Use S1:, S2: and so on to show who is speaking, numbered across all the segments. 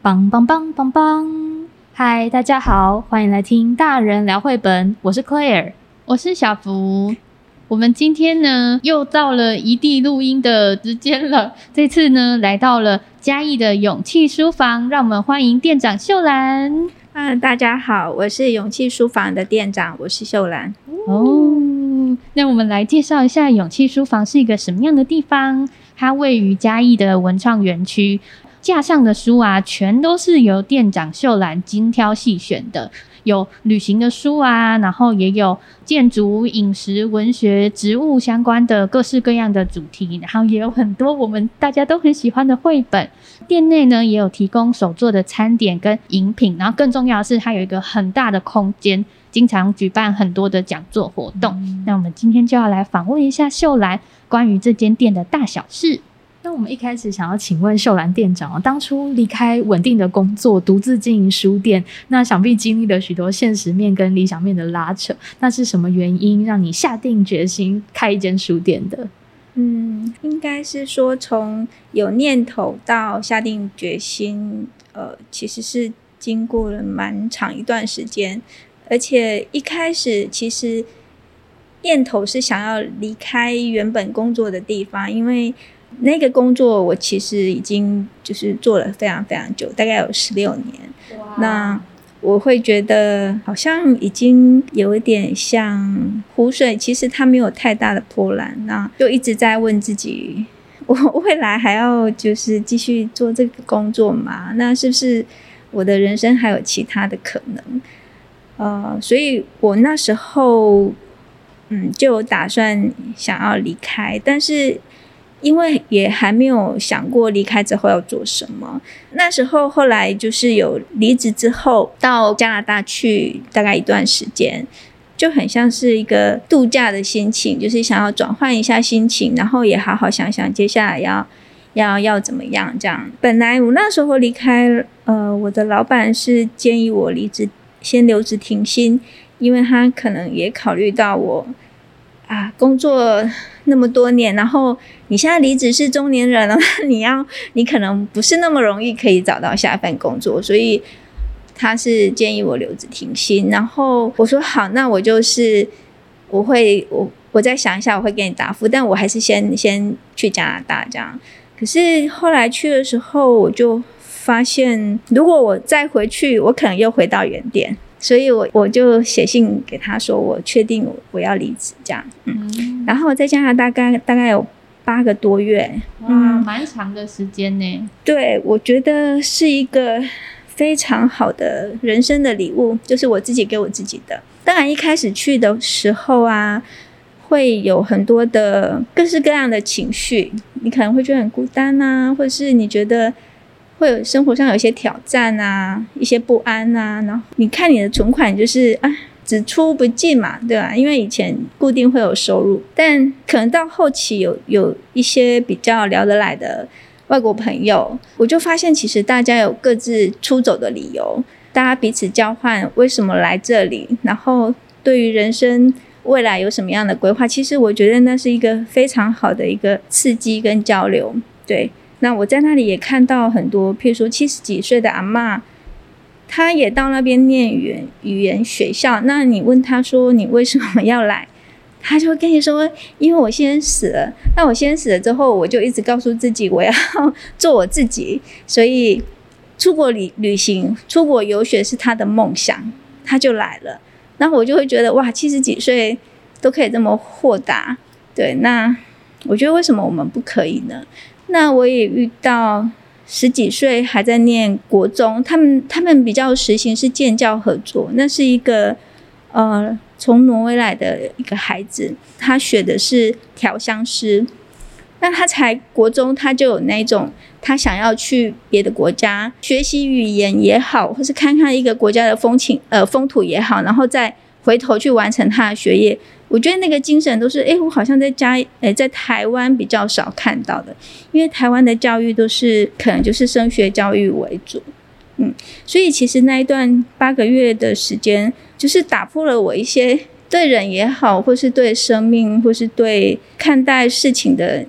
S1: 棒棒棒棒棒！嗨，大家好，欢迎来听大人聊绘本，我是 Claire，
S2: 我是小福。我们今天呢又到了异地录音的时间了，这次呢来到了嘉义的勇气书房，让我们欢迎店长秀兰。
S3: 大家好，我是勇气书房的店长，我是秀兰。
S2: 那我们来介绍一下勇气书房是一个什么样的地方。它位于嘉义的文创园区，架上的书啊全都是由店长秀兰精挑细选的，有旅行的书啊，然后也有建筑、饮食、文学、植物相关的各式各样的主题，然后也有很多我们大家都很喜欢的绘本。店内呢也有提供手做的餐点跟饮品，然后更重要的是它有一个很大的空间，经常举办很多的讲座活动。那我们今天就要来访问一下秀兰关于这间店的大小事。
S1: 那我们一开始想要请问秀兰店长，当初离开稳定的工作，独自经营书店，那想必经历了许多现实面跟理想面的拉扯，那是什么原因让你下定决心开一间书店的？
S3: 应该是说从有念头到下定决心，其实是经过了蛮长一段时间，而且一开始其实念头是想要离开原本工作的地方，因为那个工作我其实已经就是做了非常非常久，大概有16年。那我会觉得好像已经有一点像湖水，其实它没有太大的波澜，那就一直在问自己，我未来还要就是继续做这个工作吗？那是不是我的人生还有其他的可能？所以我那时候就有打算想要离开，但是因为也还没有想过离开之后要做什么。那时候后来就是有离职之后到加拿大去大概一段时间，就很像是一个度假的心情，就是想要转换一下心情，然后也好好想想接下来要怎么样这样。本来我那时候离开我的老板是建议我离职先留职停薪，因为他可能也考虑到我工作那么多年，然后你现在离职是中年人了，你可能不是那么容易可以找到下一份工作，所以他是建议我留职停薪。然后我说好，那我就是我再想一下，我会给你答复，但我还是先去加拿大这样。可是后来去的时候，我就发现如果我再回去，我可能又回到原点，所以我就写信给他说我确定我要离职这样。然后在加拿大大概有8个多月，
S2: 蛮长的时间呢。
S3: 对，我觉得是一个非常好的人生的礼物，就是我自己给我自己的。当然一开始去的时候会有很多的各式各样的情绪，你可能会觉得很孤单或者是你觉得会有生活上有一些挑战一些不安然后你看你的存款就是只出不进嘛，对吧？因为以前固定会有收入，但可能到后期有一些比较聊得来的外国朋友，我就发现其实大家有各自出走的理由，大家彼此交换为什么来这里，然后对于人生未来有什么样的规划，其实我觉得那是一个非常好的一个刺激跟交流。对，那我在那里也看到很多譬如说70几岁的阿嬷，她也到那边念语言学校，那你问她说你为什么要来，她就会跟你说因为我先死了，那我先死了之后我就一直告诉自己我要做我自己，所以出国旅行出国游学是她的梦想，她就来了。然后我就会觉得哇，70几岁都可以这么豁达。对，那我觉得为什么我们不可以呢？那我也遇到10几岁还在念国中，他们比较实行是建教合作，那是一个从挪威来的一个孩子，他学的是调香师，那他才国中他就有那种他想要去别的国家学习语言也好，或是看看一个国家的风土也好，然后再回头去完成他的学业。我觉得那个精神都是我好像在台湾比较少看到的，因为台湾的教育都是可能就是升学教育为主。所以其实那一段8个月的时间就是打破了我一些对人也好，或是对生命，或是对看待事情的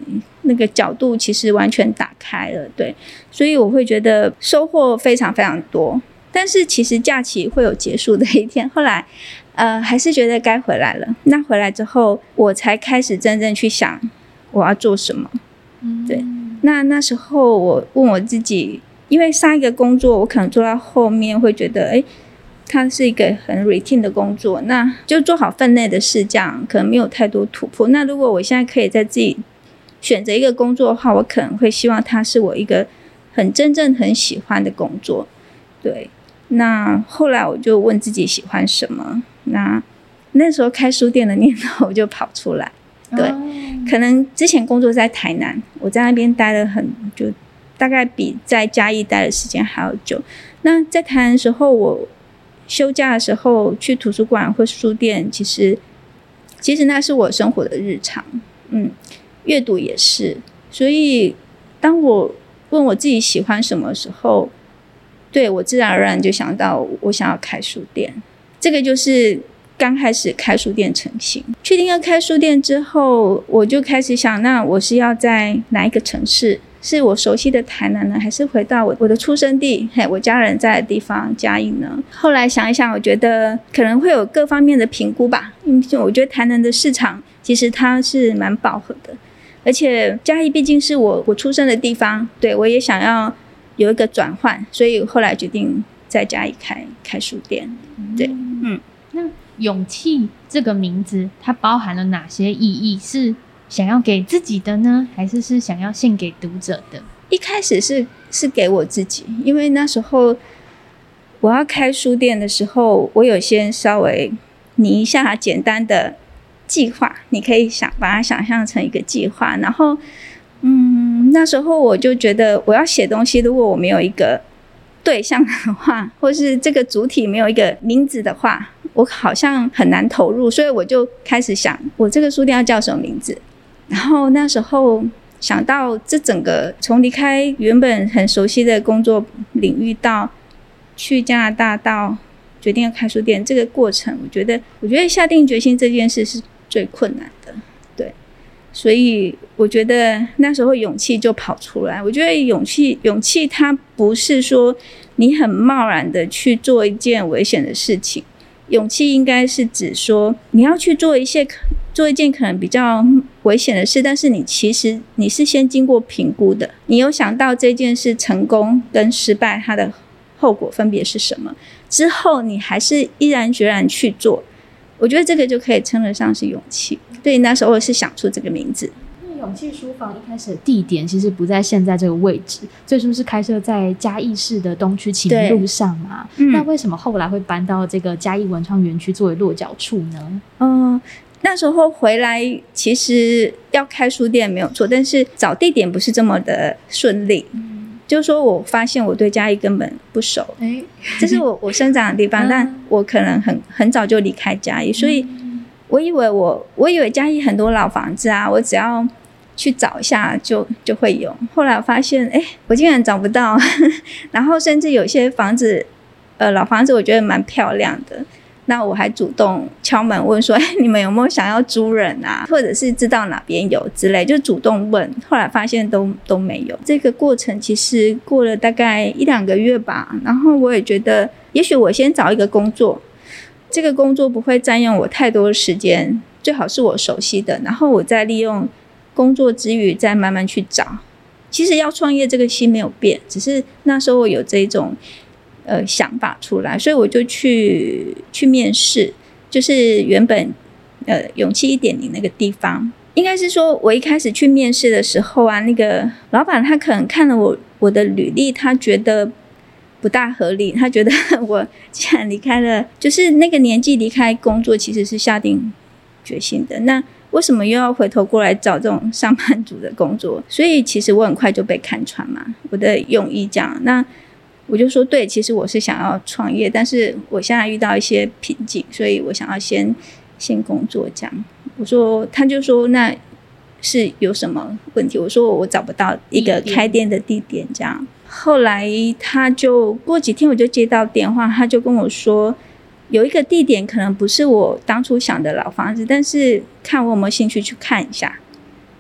S3: 那个角度其实完全打开了，对，所以我会觉得收获非常非常多。但是其实假期会有结束的一天，后来还是觉得该回来了。那回来之后，我才开始真正去想我要做什么。对，那时候我问我自己，因为上一个工作我可能做到后面会觉得，它是一个很 routine 的工作，那就做好分内的事，这样可能没有太多突破。那如果我现在可以在自己选择一个工作的话，我可能会希望它是我一个很真正很喜欢的工作。对，那后来我就问自己喜欢什么，那时候开书店的念头就跑出来。对，可能之前工作在台南，我在那边待了就大概比在嘉义待的时间还要久。那在台南的时候，我休假的时候去图书馆或书店，其实那是我生活的日常，阅读也是。所以当我问我自己喜欢什么的时候，对，我自然而然就想到我想要开书店。这个就是刚开始开书店成型。确定要开书店之后，我就开始想，那我是要在哪一个城市？是我熟悉的台南呢，还是回到我的出生地，我家人在的地方嘉义呢？后来想一想，我觉得可能会有各方面的评估吧。我觉得台南的市场其实它是蛮饱和的，而且嘉义毕竟是我出生的地方，对，我也想要有一个转换，所以后来决定在嘉义开书店。对，
S2: 那勇气这个名字它包含了哪些意义？是想要给自己的呢，还是想要献给读者的？
S3: 一开始是给我自己，因为那时候我要开书店的时候，我有先稍微拟一下简单的计划，你可以把它想象成一个计划。然后那时候我就觉得我要写东西，如果我没有一个对象的话，或是这个主体没有一个名字的话，我好像很难投入，所以我就开始想我这个书店要叫什么名字。然后那时候想到这整个从离开原本很熟悉的工作领域到去加拿大到决定要开书店这个过程，我觉得下定决心这件事是最困难的。对，所以我觉得那时候勇气就跑出来。我觉得勇气它不是说你很贸然的去做一件危险的事情，勇气应该是指说你要去做一件可能比较危险的事，但是其实你是先经过评估的，你有想到这件事成功跟失败它的后果分别是什么，之后你还是毅然决然去做，我觉得这个就可以称得上是勇气。对，那时候是想出这个名字。
S1: 勇气书房一开始的地点其实不在现在这个位置，最初是开设在嘉义市的东区启明路上嘛。那为什么后来会搬到这个嘉义文创园区作为落脚处呢？
S3: 那时候回来其实要开书店没有错，但是找地点不是这么的顺利。就是说我发现我对嘉义根本不熟，这是我生长的地方，但我可能很早就离开嘉义，所以我以为嘉义很多老房子啊，我只要去找一下就会有。后来我发现我竟然找不到然后甚至有些房子老房子我觉得蛮漂亮的，那我还主动敲门问说你们有没有想要租人啊，或者是知道哪边有之类，就主动问。后来发现都没有。这个过程其实过了大概1-2个月吧，然后我也觉得也许我先找一个工作，这个工作不会占用我太多的时间，最好是我熟悉的，然后我再利用工作之余再慢慢去找。其实要创业这个心没有变，只是那时候我有这种想法出来，所以我就去面试，就是原本勇气 1.0 那个地方。应该是说我一开始去面试的时候啊，那个老板他可能看了我的履历，他觉得不大合理，他觉得我既然离开了，就是那个年纪离开工作其实是下定决心的，那为什么又要回头过来找这种上班族的工作？所以其实我很快就被看穿嘛，我的用意这样。那我就说对，其实我是想要创业，但是我现在遇到一些瓶颈，所以我想要先工作这样。他就说那是有什么问题？我说我找不到一个开店的地点这样。后来他就过几天我就接到电话，他就跟我说有一个地点可能不是我当初想的老房子，但是看我有没有兴趣去看一下。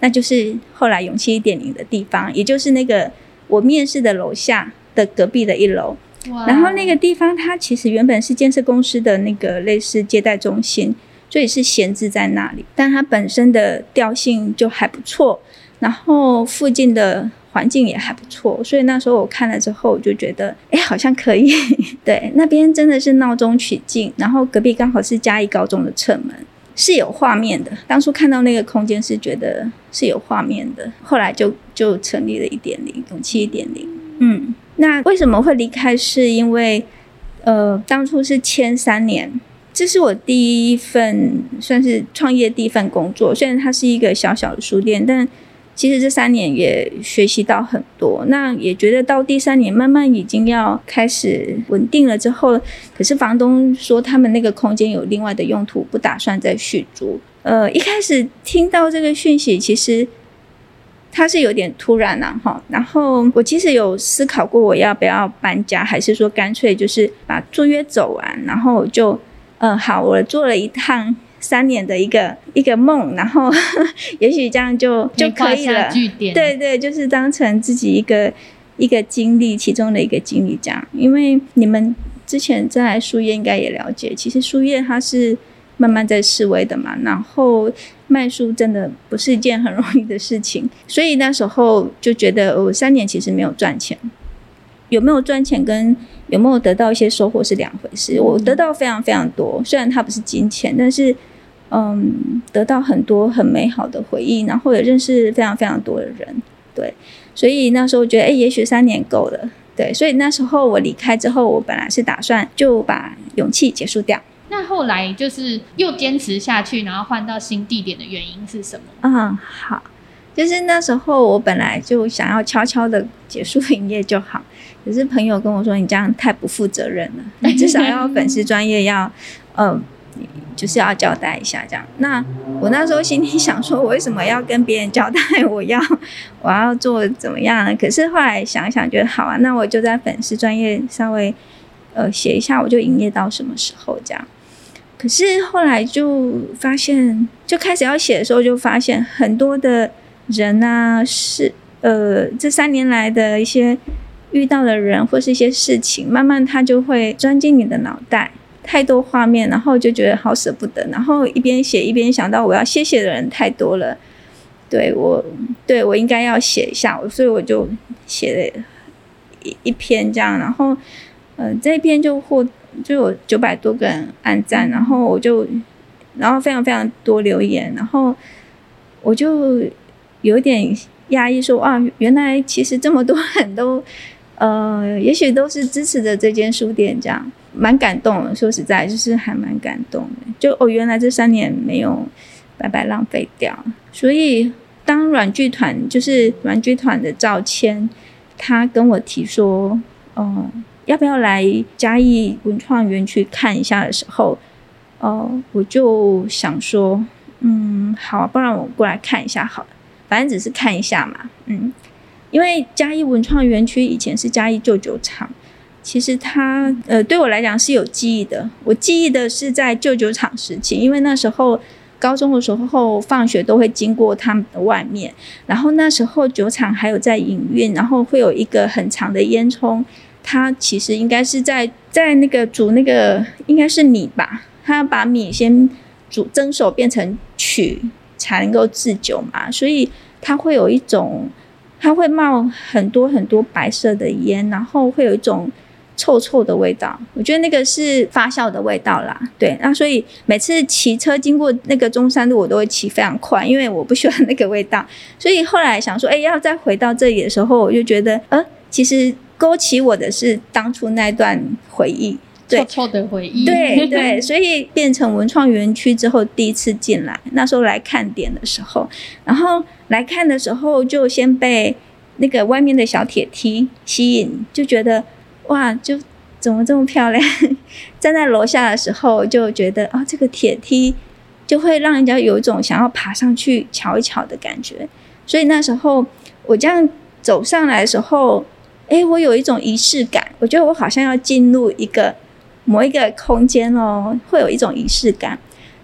S3: 那就是后来勇气 1.0 的地方，也就是那个我面试的楼下的隔壁的1楼。然后那个地方它其实原本是建设公司的那个类似接待中心，所以是闲置在那里，但它本身的调性就还不错，然后附近的环境也还不错，所以那时候我看了之后我就觉得好像可以对，那边真的是闹中取静，然后隔壁刚好是嘉义高中的侧门，是有画面的。当初看到那个空间是觉得是有画面的，后来就成立了1.0勇气 1.0。那为什么会离开，是因为当初是签3年，这是我第一份算是创业第一份工作，虽然它是一个小小的书店，但其实这3年也学习到很多。那也觉得到第3年慢慢已经要开始稳定了之后，可是房东说他们那个空间有另外的用途，不打算再续租。一开始听到这个讯息其实它是有点突然然后我其实有思考过我要不要搬家，还是说干脆就是把租约走完，然后就好，我做了一趟3年的一个梦，然后也许这样就可以了。对对，就是当成自己一个经历，其中的一个经历这样。因为你们之前在书业应该也了解，其实书业它是慢慢在式微的嘛，然后卖书真的不是一件很容易的事情，所以那时候就觉得我3年其实没有赚钱，有没有赚钱跟有没有得到一些收获是两回事。我得到非常非常多，虽然它不是金钱，但是得到很多很美好的回忆，然后也认识非常非常多的人。对，所以那时候觉得也许3年够了。对，所以那时候我离开之后，我本来是打算就把勇气结束掉。
S2: 那后来就是又坚持下去，然后换到新地点的原因是什么？
S3: 好，就是那时候我本来就想要悄悄的结束营业就好，可是朋友跟我说你这样太不负责任了，你至少要粉丝专页要就是要交代一下这样。那我那时候心里想说，我为什么要跟别人交代我要做怎么样呢？可是后来想一想觉得好啊，那我就在粉丝专页稍微写一下我就营业到什么时候这样。可是后来就发现，就开始要写的时候就发现很多的人啊，是这3年来的一些遇到的人或是一些事情，慢慢它就会钻进你的脑袋，太多画面，然后就觉得好舍不得，然后一边写一边想到我要谢谢的人太多了，对我应该要写一下，所以我就写了一篇这样，然后这一篇就有900多个人按赞，然后非常非常多留言，然后我就有点压抑说原来其实这么多人都也许都是支持着这间书店这样，蛮感动的，说实在就是还蛮感动的，就原来这3年没有白白浪费掉。所以当软剧团的赵谦他跟我提说要不要来嘉义文创园区看一下的时候我就想说好，不然我过来看一下好了，反正只是看一下嘛。因为嘉义文创园区以前是嘉义旧酒厂，其实它对我来讲是有记忆的。我记忆的是在旧酒厂时期，因为那时候高中的时候放学都会经过他们的外面，然后那时候酒厂还有在营运，然后会有一个很长的烟囱，它其实应该是在那个煮那个应该是米吧，它把米先蒸熟变成曲才能够制酒嘛，所以它会有一种，它会冒很多很多白色的烟，然后会有一种臭臭的味道，我觉得那个是发酵的味道啦。对，那所以每次骑车经过那个中山路我都会骑非常快，因为我不喜欢那个味道。所以后来想说要再回到这里的时候，我就觉得其实勾起我的是当初那段回忆，对，
S2: 臭臭的回忆，
S3: 对对，所以变成文创园区之后第一次进来，那时候来看点的时候，然后来看的时候就先被那个外面的小铁梯吸引，就觉得哇，就怎么这么漂亮站在楼下的时候就觉得这个铁梯就会让人家有一种想要爬上去瞧一瞧的感觉。所以那时候我这样走上来的时候我有一种仪式感，我觉得我好像要进入某一个空间会有一种仪式感。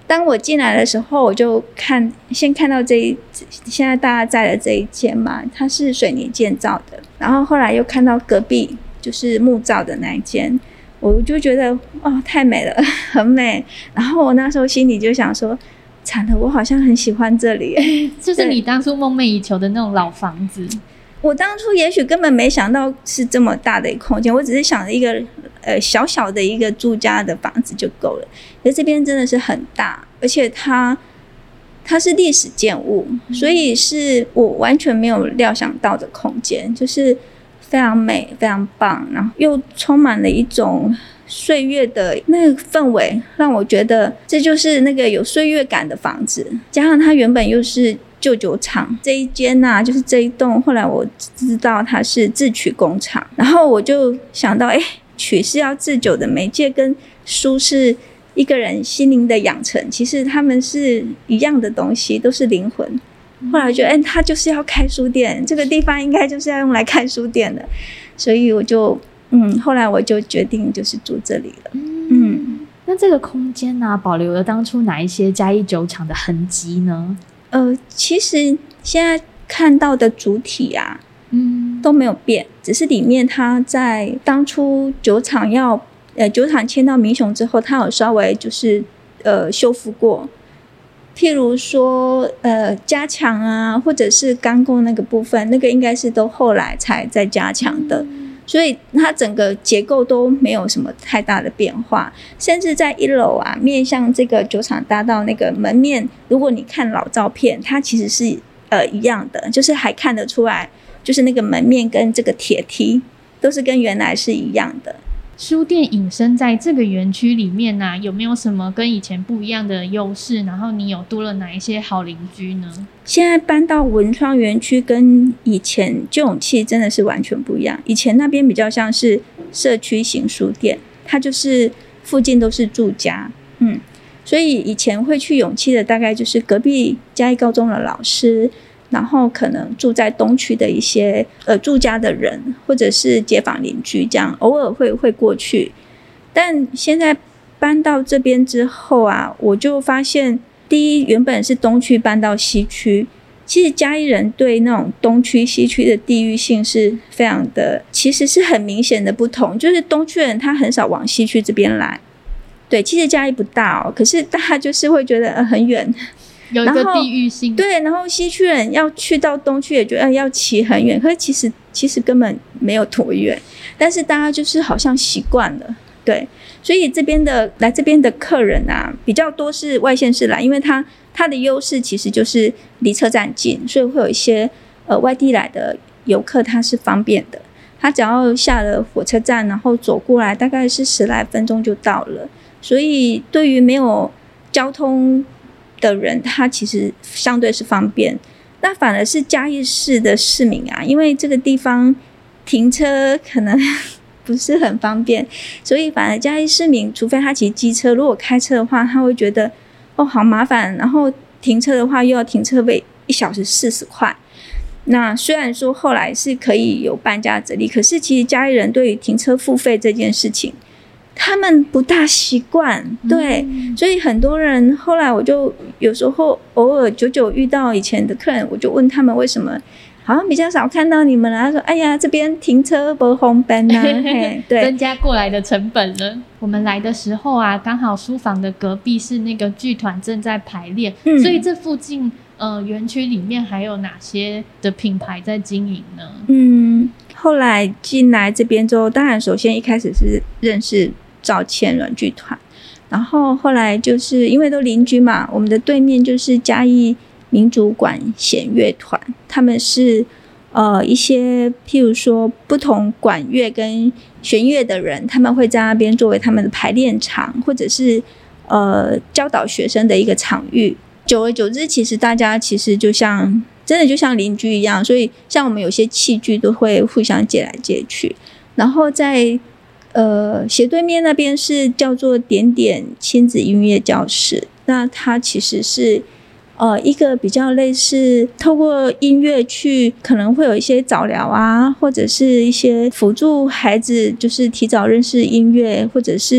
S3: 当我进来的时候，我就先看到现在大家在的这一间嘛，它是水泥建造的，然后后来又看到隔壁就是木造的那一间，我就觉得太美了，很美。然后我那时候心里就想说，惨了，我好像很喜欢这里。
S2: 就是你当初梦寐以求的那种老房子。
S3: 我当初也许根本没想到是这么大的一个空间，我只是想了一个小小的一个住家的房子就够了。可是这边真的是很大，而且它是历史建物，所以是我完全没有料想到的空间，就是非常美非常棒，然后又充满了一种岁月的那个氛围，让我觉得这就是那个有岁月感的房子。加上它原本又是旧酒厂，这一间啊，就是这一栋，后来我知道它是制曲工厂，然后我就想到曲是要制酒的媒介，跟书是一个人心灵的养成，其实他们是一样的东西，都是灵魂。后来觉得他就是要开书店，这个地方应该就是要用来开书店的，所以我就后来我就决定就是住这里了。
S1: 那这个空间啊，保留了当初哪一些嘉义酒厂的痕迹呢？
S3: 其实现在看到的主体啊，都没有变，只是里面它在当初酒厂迁到民雄之后，它有稍微就是修复过，譬如说加强啊，或者是钢构那个部分，那个应该是都后来才再加强的。所以它整个结构都没有什么太大的变化，甚至在一楼啊，面向这个酒厂大道那个门面，如果你看老照片，它其实是一样的，就是还看得出来，就是那个门面跟这个铁梯都是跟原来是一样的。
S2: 书店隐身在这个园区里面啊，有没有什么跟以前不一样的优势？然后你有多了哪一些好邻居呢？
S3: 现在搬到文创园区，跟以前旧永庆真的是完全不一样。以前那边比较像是社区型书店，它就是附近都是住家，所以以前会去永庆的大概就是隔壁嘉义高中的老师，然后可能住在东区的一些住家的人，或者是街坊邻居，这样偶尔会过去。但现在搬到这边之后啊，我就发现，第一，原本是东区搬到西区，其实嘉义人对那种东区西区的地域性是非常的，其实是很明显的不同，就是东区人他很少往西区这边来。对，其实嘉义不大可是大家就是会觉得很远，
S2: 有一个地域性。
S3: 对，然后西区人要去到东区也觉得要骑很远，可是其实根本没有多远，但是大家就是好像习惯了。对，所以来这边的客人啊，比较多是外县市来，因为它的优势其实就是离车站近，所以会有一些外地来的游客，他是方便的，他只要下了火车站，然后走过来，大概是10来分钟就到了。所以对于没有交通的人，他其实相对是方便。那反而是嘉义市的市民啊，因为这个地方停车可能不是很方便，所以反而嘉义市民除非他骑机车，如果开车的话，他会觉得好麻烦，然后停车的话又要停车费1小时40块。那虽然说后来是可以有半价折抵，可是其实嘉义人对于停车付费这件事情他们不大习惯。对，所以很多人后来我就有时候偶尔久久遇到以前的客人，我就问他们为什么好像比较少看到你们了。他说：“哎呀，这边停车不方便啊。”对，
S2: 增加过来的成本了。我们来的时候啊，刚好书房的隔壁是那个剧团正在排练，所以这附近园区里面还有哪些的品牌在经营呢？
S3: 后来进来这边之后，当然首先一开始是认识赵倩软剧团，然后后来就是因为都邻居嘛，我们的对面就是嘉义民族管弦乐团，他们是一些譬如说不同管乐跟弦乐的人，他们会在那边作为他们的排练场，或者是教导学生的一个场域。久而久之，其实大家其实真的就像邻居一样，所以像我们有些器具都会互相借来借去。然后在斜对面那边是叫做点点亲子音乐教室，那它其实是一个比较类似透过音乐去可能会有一些早疗啊，或者是一些辅助孩子就是提早认识音乐，或者是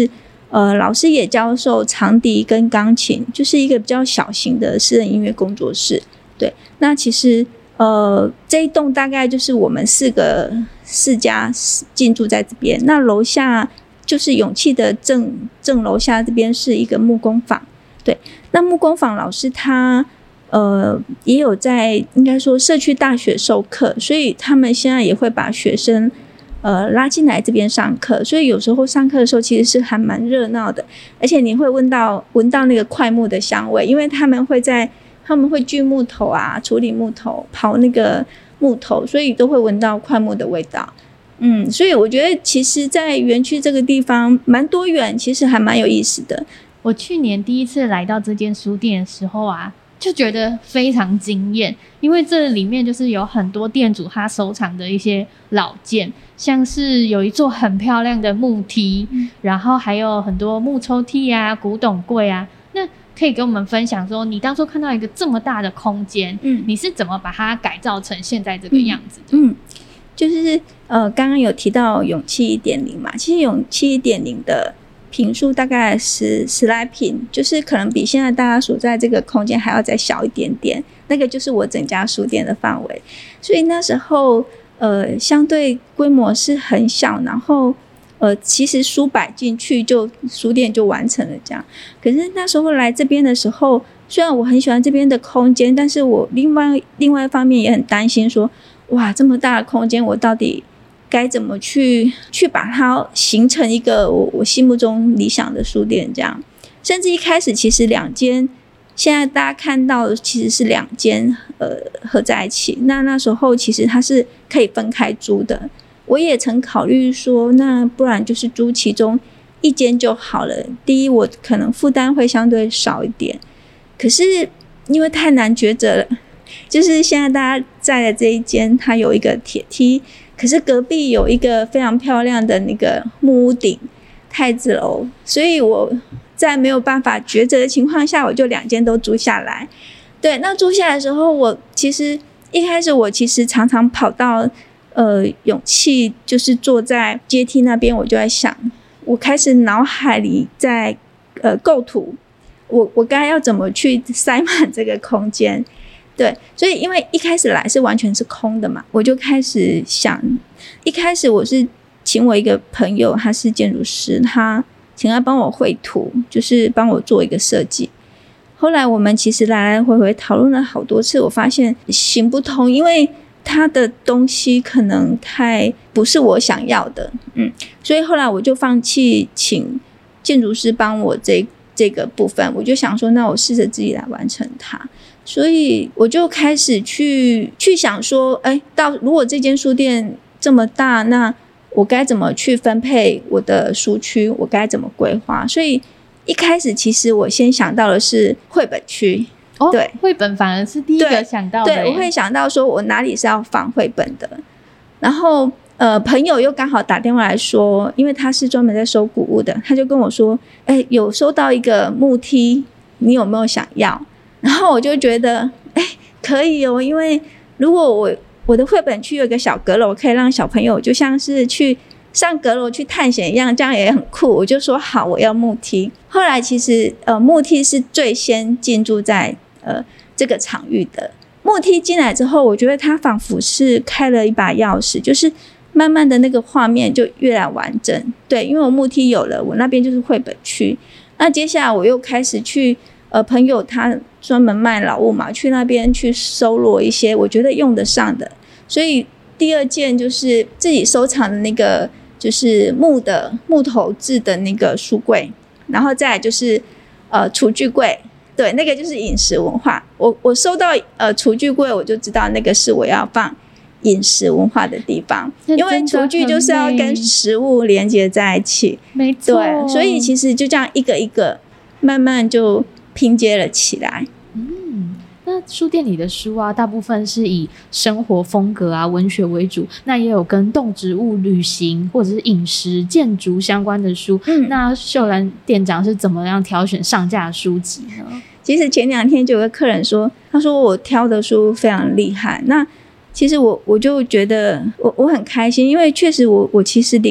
S3: 老师也教授长笛跟钢琴，就是一个比较小型的私人音乐工作室。对，那其实这一栋大概就是我们四家进驻在这边，那楼下就是勇气的正楼下这边是一个木工坊。对，那木工坊老师他也有在应该说社区大学授课，所以他们现在也会把学生拉进来这边上课，所以有时候上课的时候其实是还蛮热闹的，而且你会闻到那个檜木的香味，因为他们会锯木头啊，处理木头，刨那个木头，所以都会闻到檜木的味道。所以我觉得其实在园区这个地方蛮多元，其实还蛮有意思的。
S2: 我去年第一次来到这间书店的时候啊，就觉得非常惊艳，因为这里面就是有很多店主他收藏的一些老件，像是有一座很漂亮的木梯，然后还有很多木抽屉啊、古董柜啊。那可以跟我们分享说，你当初看到一个这么大的空间，你是怎么把它改造成现在这个样子的？
S3: 就是刚刚有提到勇气 1.0 嘛，其实勇气 1.0 的坪数大概10来坪，就是可能比现在大家所在这个空间还要再小一点点，那个就是我整家书店的范围。所以那时候相对规模是很小，然后其实书摆进去书店就完成了这样。可是那时候来这边的时候，虽然我很喜欢这边的空间，但是我另外一方面也很担心说，哇，这么大的空间我到底该怎么去把它形成一个我心目中理想的书店这样。甚至一开始其实2间，现在大家看到的其实是2间合在一起，那时候其实它是可以分开租的。我也曾考虑说，那不然就是租其中1间就好了。第一，我可能负担会相对少一点，可是因为太难抉择了，就是现在大家在的这一间它有一个铁梯，可是隔壁有一个非常漂亮的那个木屋顶太子楼，所以我在没有办法抉择的情况下，我就2间都租下来。对，那租下来的时候，我其实一开始常常跑到勇气，就是坐在阶梯那边，我就在想，我开始脑海里在构图，我该要怎么去塞满这个空间。对，所以因为一开始来是完全是空的嘛，我就开始想，一开始我是请我一个朋友，他是建筑师，他请他帮我绘图，就是帮我做一个设计。后来我们其实来来回回讨论了好多次，我发现行不通，因为他的东西可能太不是我想要的，所以后来我就放弃请建筑师帮我这个部分，我就想说，那我试着自己来完成它。所以我就开始去想说，如果这间书店这么大，那我该怎么去分配我的书区，我该怎么规划。所以一开始其实我先想到的是绘本区。对，
S2: 绘本反而是第一个想到的。
S3: 对，我会想到说我哪里是要放绘本的。然后朋友又刚好打电话来说，因为他是专门在收古物的，他就跟我说，有收到一个木梯，你有没有想要？然后我就觉得可以哦，因为如果我的绘本区有一个小阁楼，可以让小朋友就像是去上阁楼去探险一样，这样也很酷。我就说好，我要木梯。后来其实木梯是最先进驻在这个场域的。木梯进来之后，我觉得它仿佛是开了一把钥匙，就是慢慢的那个画面就越来完整。对，因为我木梯有了，我那边就是绘本区。那接下来我又开始去朋友他专门卖老物嘛，去那边去收罗一些我觉得用得上的。所以第2件就是自己收藏的那个就是木头制的那个书柜，然后再来就是厨具柜。对，那个就是饮食文化。我收到厨具柜，我就知道那个是我要放饮食文化的地方，因为厨具就是要跟食物连接在一起。
S2: 没错，
S3: 对，所以其实就这样一个一个慢慢就拼接了起来。
S1: 那书店里的书啊，大部分是以生活风格啊、文学为主，那也有跟动植物、旅行或者是饮食、建筑相关的书。那秀兰店长是怎么样挑选上架的书籍呢？
S3: 其实前2天就有个客人说，他说我挑的书非常厉害。那其实我就觉得我很开心，因为确实我其实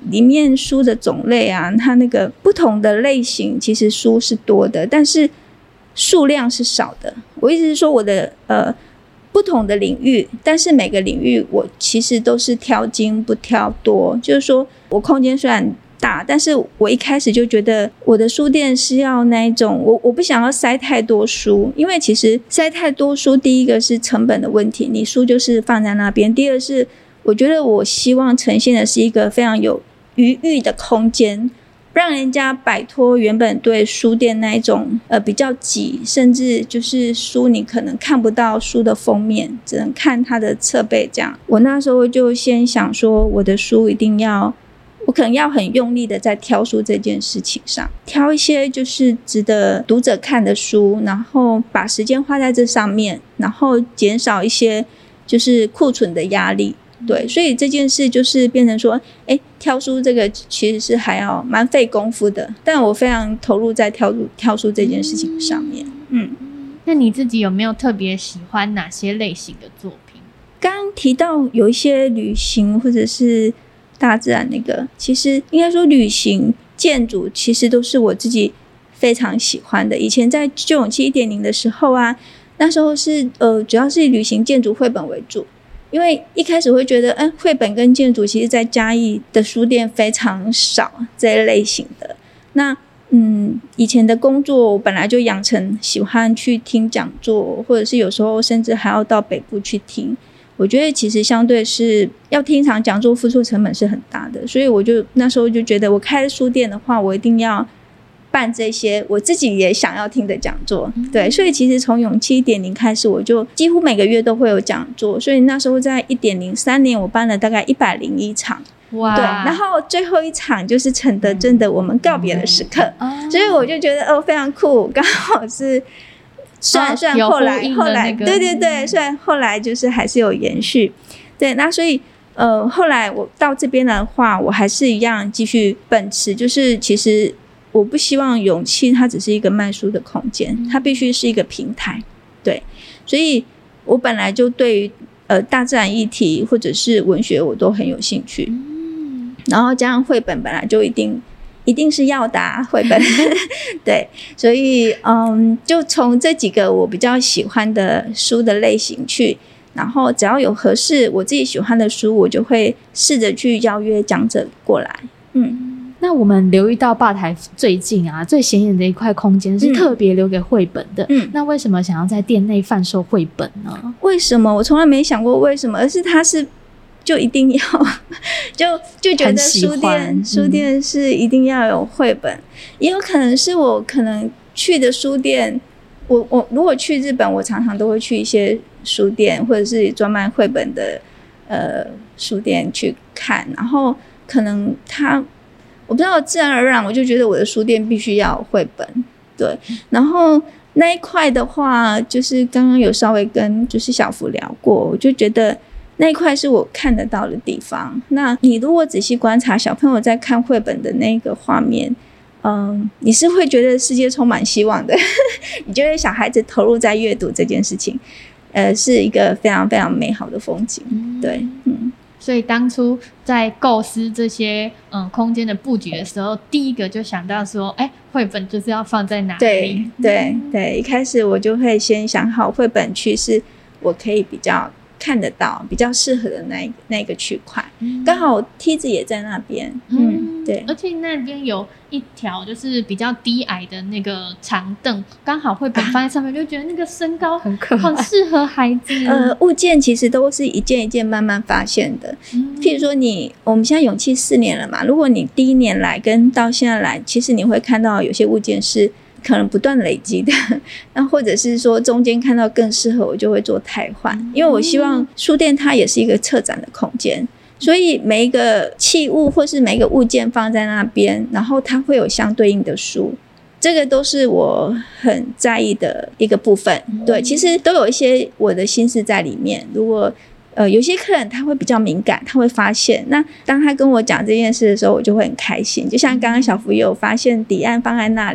S3: 里面书的种类啊，它那个不同的类型其实书是多的，但是数量是少的。我意思是说我的不同的领域，但是每个领域我其实都是挑精不挑多，就是说我空间虽然大，但是我一开始就觉得我的书店是要那一种我不想要塞太多书，因为其实塞太多书，第一个是成本的问题，你书就是放在那边，第二是我觉得我希望呈现的是一个非常有余裕的空间，让人家摆脱原本对书店那一种比较挤，甚至就是书你可能看不到书的封面，只能看它的侧背这样。我那时候就先想说，我的书一定要，我可能要很用力的在挑书这件事情上，挑一些就是值得读者看的书，然后把时间花在这上面，然后减少一些就是库存的压力。对，所以这件事就是变成说，挑书这个其实是还要蛮费功夫的，但我非常投入在挑书这件事情上面。
S2: 那你自己有没有特别喜欢哪些类型的作品？
S3: 刚刚提到有一些旅行或者是大自然那个，其实应该说旅行建筑其实都是我自己非常喜欢的。以前在旧勇气 1.0 的时候啊，那时候是主要是以旅行建筑绘本为主。因为一开始会觉得绘本跟建筑其实在嘉义的书店非常少这一类型的。那以前的工作我本来就养成喜欢去听讲座，或者是有时候甚至还要到北部去听。我觉得其实相对是要听一场讲座付出成本是很大的，所以我就那时候就觉得我开书店的话，我一定要办这些我自己也想要听的讲座。对，所以其实从勇气 1.0 开始，我就几乎每个月都会有讲座，所以那时候在 1.0 3年我办了大概101场。
S2: 哇！
S3: 对，然后最后一场就是陈德珍的我们告别的时刻。所以我就觉得非常酷，刚好是虽然后来对对对，虽然后来就是还是有延续。对，那所以后来我到这边的话，我还是一样继续秉持，就是其实我不希望勇气它只是一个卖书的空间，它必须是一个平台。对，所以我本来就对于大自然议题或者是文学我都很有兴趣。然后加上绘本本来就一定是要的绘本对，所以就从这几个我比较喜欢的书的类型去，然后只要有合适我自己喜欢的书，我就会试着去邀约讲者过来。
S1: 那我们留意到吧台最近啊，最显眼的一块空间是特别留给绘本的。那为什么想要在店内贩售绘本呢？
S3: 为什么？我从来没想过为什么，而是它是就一定要就觉得书店是一定要有绘本。也有可能是我可能去的书店，我如果去日本，我常常都会去一些书店或者是专卖绘本的书店去看，然后可能我不知道自然而然我就觉得我的书店必须要有绘本。对，然后那一块的话，就是刚刚有稍微跟就是小福聊过，我就觉得那一块是我看得到的地方。那你如果仔细观察小朋友在看绘本的那个画面，你是会觉得世界充满希望的你觉得小孩子投入在阅读这件事情是一个非常非常美好的风景。对，
S2: 所以当初在构思这些空间的布局的时候，第一个就想到说绘本就是要放在哪里。
S3: 对，一开始我就会先想好绘本区是我可以比较看得到比较适合的那个区块，刚好梯子也在那边。对，
S2: 而且那边有一条就是比较低矮的那个长凳，刚好绘本放在上面，就觉得那个身高很可爱，很适合孩子。
S3: 物件其实都是一件一件慢慢发现的。譬如说我们现在勇气4年了嘛，如果你第1年来跟到现在来，其实你会看到有些物件是可能不断累积的，那或者是说中间看到更适合，我就会做汰换。因为我希望书店它也是一个策展的空间，所以每一个器物或是每一个物件放在那边，然后它会有相对应的书，这个都是我很在意的一个部分。对，其实都有一些我的心思在里面。如果有些客人他会比较敏感，他会发现，那当他跟我讲这件事的时候，我就会很开心。就像刚刚小福也有发现底案放在那里，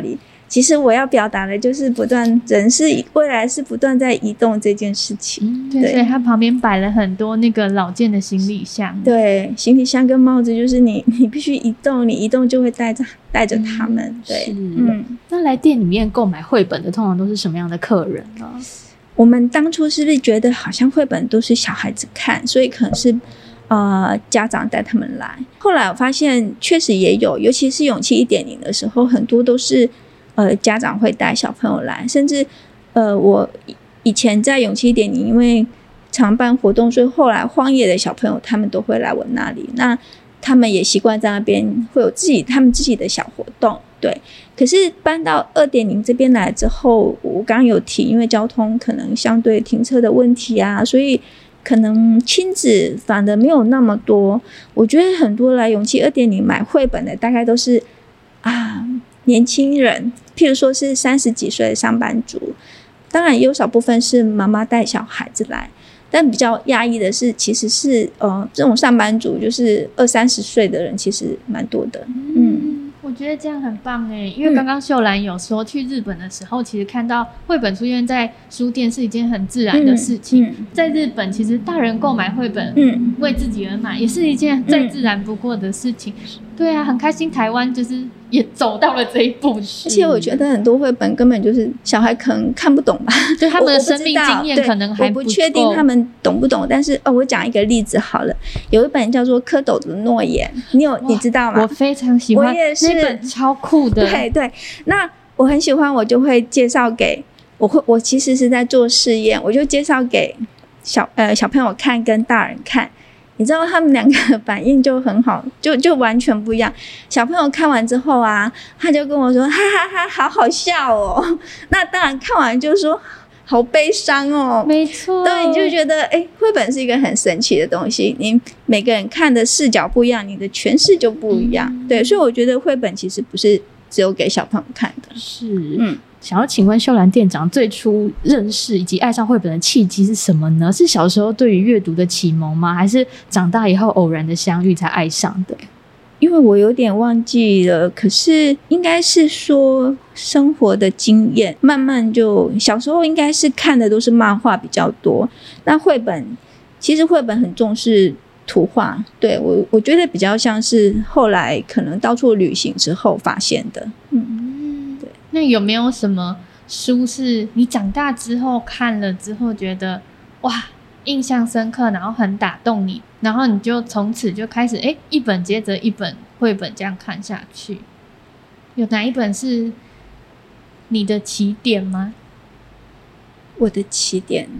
S3: 其实我要表达的就是人是未来是不断在移动这件事情。
S2: 对，所以它旁边摆了很多那个老件的行李箱。
S3: 对，行李箱跟帽子就是你必须移动，你移动就会带着他们。对，
S1: 那来店里面购买绘本的通常都是什么样的客人呢？
S3: 我们当初是不是觉得好像绘本都是小孩子看，所以可能是家长带他们来。后来我发现确实也有，尤其是勇气 1.0 的时候，很多都是家长会带小朋友来，甚至我以前在勇气 1.0 因为常办活动，所以后来荒野的小朋友他们都会来我那里，那他们也习惯在那边会有他们自己的小活动。对，可是搬到 2.0 这边来之后，我刚刚有提，因为交通可能相对停车的问题啊，所以可能亲子反而没有那么多。我觉得很多来勇气 2.0 买绘本的大概都是年轻人，譬如说是30几岁的上班族，当然也有少部分是妈妈带小孩子来，但比较讶异的是其实是这种上班族就是20-30岁的人其实蛮多的。
S2: 我觉得这样很棒耶，因为刚刚秀兰有说去日本的时候，其实看到绘本出现在书店是一件很自然的事情。在日本其实大人购买绘本为自己而买也是一件再自然不过的事情。对啊，很开心台湾就是也走到了这一步。
S3: 而且我觉得很多绘本根本就是小孩可能看不懂吧，
S2: 对他们的生命经验可能还
S3: 我不确定他们懂不懂。但是我讲一个例子好了，有一本叫做《蝌蚪的诺言》，你知道吗？
S2: 我非常喜欢，
S3: 我也是，
S2: 那本超酷的。
S3: 对，那我很喜欢，我就会介绍给我其实是在做试验，我就介绍给小朋友看跟大人看。你知道他们两个反应就很好，就完全不一样。小朋友看完之后啊，他就跟我说哈哈哈，好好笑哦。那当然看完就说好悲伤哦。
S2: 没错，
S3: 对，你就觉得绘本是一个很神奇的东西，你每个人看的视角不一样，你的诠释就不一样。对，所以我觉得绘本其实不是只有给小朋友看的。
S1: 是，想要请问秀兰店长，最初认识以及爱上绘本的契机是什么呢？是小时候对于阅读的启蒙吗？还是长大以后偶然的相遇才爱上的？
S3: 因为我有点忘记了，可是应该是说生活的经验，慢慢就小时候应该是看的都是漫画比较多。那其实绘本很重视图画，对，我觉得比较像是后来可能到处旅行之后发现的。对。
S2: 那有没有什么书是你长大之后看了之后觉得哇印象深刻，然后很打动你，然后你就从此就开始一本接着一本绘本这样看下去？有哪一本是你的起点吗？
S3: 我的起点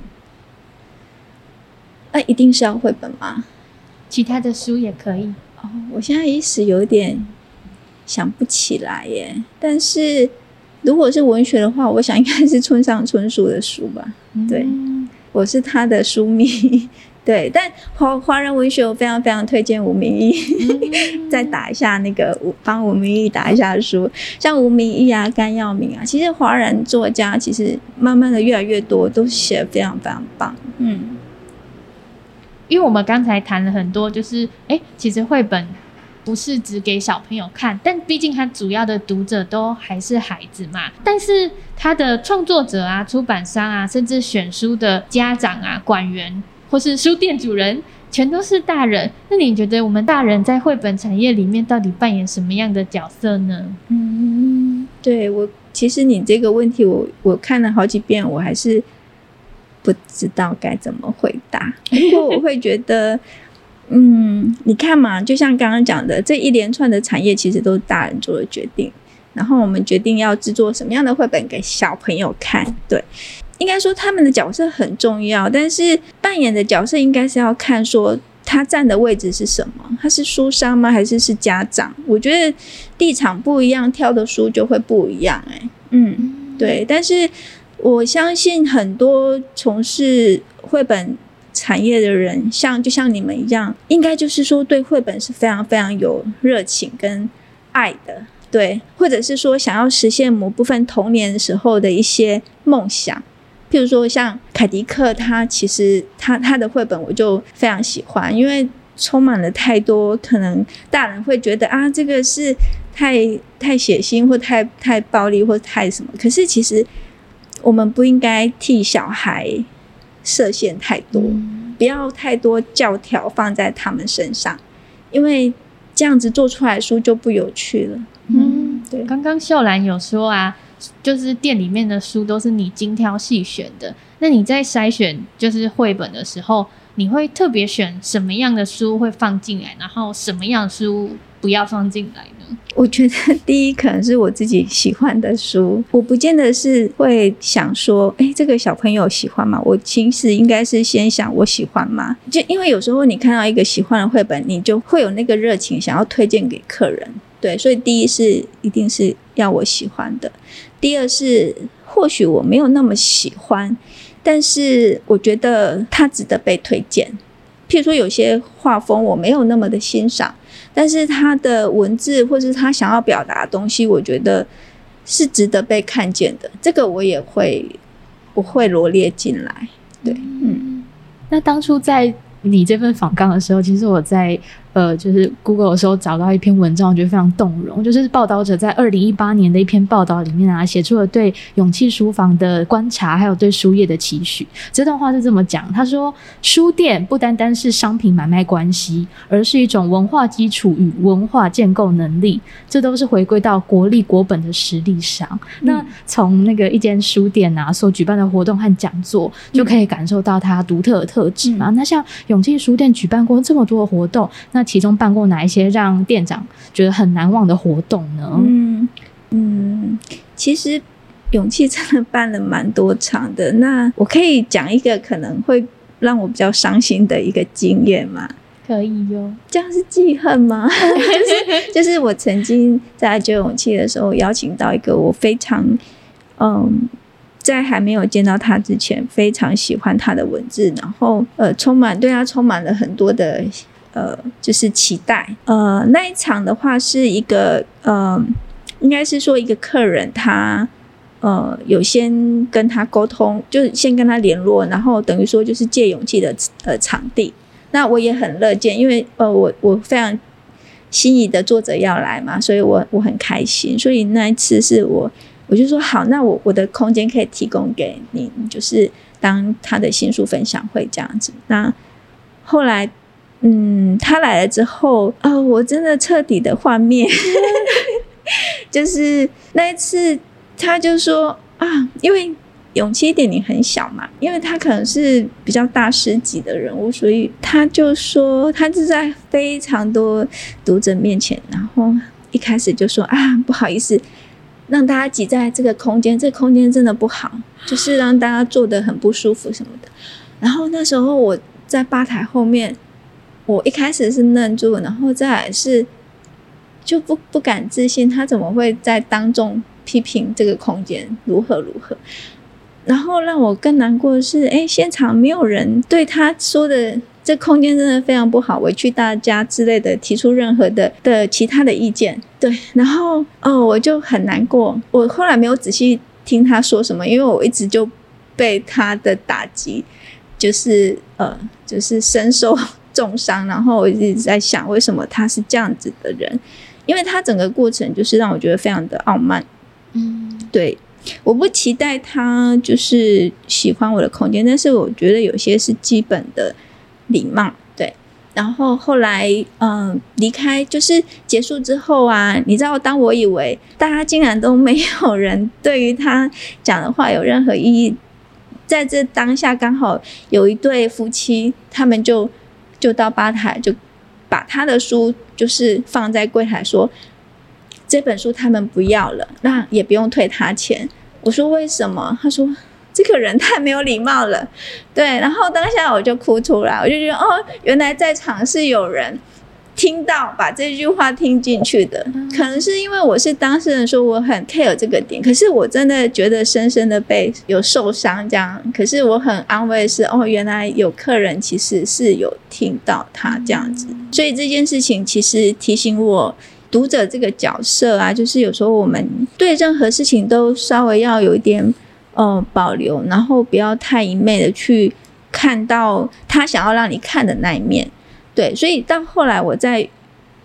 S3: 一定是要绘本吗？
S2: 其他的书也可以。
S3: 我现在一时有点想不起来耶，但是如果是文学的话，我想应该是村上春树的书吧。对，我是他的书迷。对，但华人文学我非常非常推荐吴明益，再打一下帮吴明益打一下书，像吴明益啊、甘耀明啊，其实华人作家其实慢慢的越来越多，都写得非常非常棒。
S2: 因为我们刚才谈了很多，就是其实绘本不是只给小朋友看，但毕竟它主要的读者都还是孩子嘛。但是它的创作者啊、出版商啊，甚至选书的家长啊、馆员或是书店主人，全都是大人。那你觉得我们大人在绘本产业里面到底扮演什么样的角色呢？
S3: 对，其实你这个问题我看了好几遍，我还是不知道该怎么回答。不过我会觉得你看嘛，就像刚刚讲的，这一连串的产业其实都是大人做的决定，然后我们决定要制作什么样的绘本给小朋友看。对，应该说他们的角色很重要，但是扮演的角色应该是要看说他站的位置是什么，他是书商吗？还是家长？我觉得立场不一样，挑的书就会不一样。对，但是我相信很多从事绘本产业的人，就像你们一样，应该就是说对绘本是非常非常有热情跟爱的。对，或者是说想要实现某部分童年时候的一些梦想。譬如说像凯迪克，他其实他的绘本我就非常喜欢，因为充满了太多可能大人会觉得这个是太血腥或太暴力或太什么，可是其实我们不应该替小孩设限太多，不要太多教条放在他们身上，因为这样子做出来的书就不有趣了。
S2: 对。刚刚秀兰有说啊，就是店里面的书都是你精挑细选的，那你在筛选就是绘本的时候，你会特别选什么样的书会放进来，然后什么样的书不要放进来呢？
S3: 我觉得第一可能是我自己喜欢的书，我不见得是会想说这个小朋友喜欢吗？我其实应该是先想我喜欢吗？就因为有时候你看到一个喜欢的绘本，你就会有那个热情想要推荐给客人，对，所以第一是一定是要我喜欢的，第二是或许我没有那么喜欢，但是我觉得它值得被推荐。譬如说有些画风我没有那么的欣赏，但是他的文字或是他想要表达的东西，我觉得是值得被看见的，这个我会罗列进来。对，
S1: 那当初在你这份访纲的时候，其实我在就是 Google 的时候找到一篇文章，我觉得非常动容，就是报道者在2018年的一篇报道里面啊，写出了对勇气书房的观察，还有对书业的期许。这段话是这么讲，他说：书店不单单是商品买卖关系，而是一种文化基础与文化建构能力，这都是回归到国立国本的实力上。那从那个一间书店啊所举办的活动和讲座，就可以感受到它独特的特质嘛。那像勇气书店举办过这么多的活动，那其中办过哪一些让店长觉得很难忘的活动呢？
S3: 其实勇气真的办了蛮多场的。那我可以讲一个可能会让我比较伤心的一个经验吗？
S2: 可以哟。
S3: 这样是记恨吗？就是我曾经在就勇气的时候邀请到一个我非常在还没有见到他之前非常喜欢他的文字，然后对他充满了很多的就是期待。那一场的话是一个应该是说一个客人他有先跟他沟通，就是先跟他联络，然后等于说就是借勇气的场地。那我也很乐见，因为我非常心仪的作者要来嘛，所以我很开心。所以那一次是我就说好，那我的空间可以提供给你，就是当他的新书分享会这样子。那后来他来了之后我真的彻底的幻灭就是那一次他就说因为勇气1.0很小嘛，因为他可能是比较大师级的人物，所以他就说他是在非常多读者面前，然后一开始就说不好意思让大家挤在这个空间，这个空间真的不好，就是让大家坐得很不舒服什么的。然后那时候我在吧台后面，我一开始是愣住，然后再来是就不敢置信他怎么会在当众批评这个空间如何。然后让我更难过的是现场没有人对他说的这空间真的非常不好，委屈大家之类的提出任何的其他的意见。对，然后我就很难过。我后来没有仔细听他说什么，因为我一直就被他的打击就是深受重伤，然后我一直在想为什么他是这样子的人，因为他整个过程就是让我觉得非常的傲慢。对，我不期待他就是喜欢我的空间，但是我觉得有些是基本的礼貌。对，然后后来离开就是结束之后啊，你知道当我以为大家竟然都没有人对于他讲的话有任何意义，在这当下刚好有一对夫妻，他们就到吧台就把他的书就是放在柜台说这本书他们不要了，那也不用退他钱。我说为什么？他说这个人太没有礼貌了。对，然后当下我就哭出来，我就觉得原来在场是有人听到把这句话听进去的。可能是因为我是当事人，说我很 care 这个点，可是我真的觉得深深的被有受伤这样。可是我很安慰的是原来有客人其实是有听到他这样子。所以这件事情其实提醒我读者这个角色啊，就是有时候我们对任何事情都稍微要有一点保留，然后不要太一昧的去看到他想要让你看的那一面。对，所以到后来我在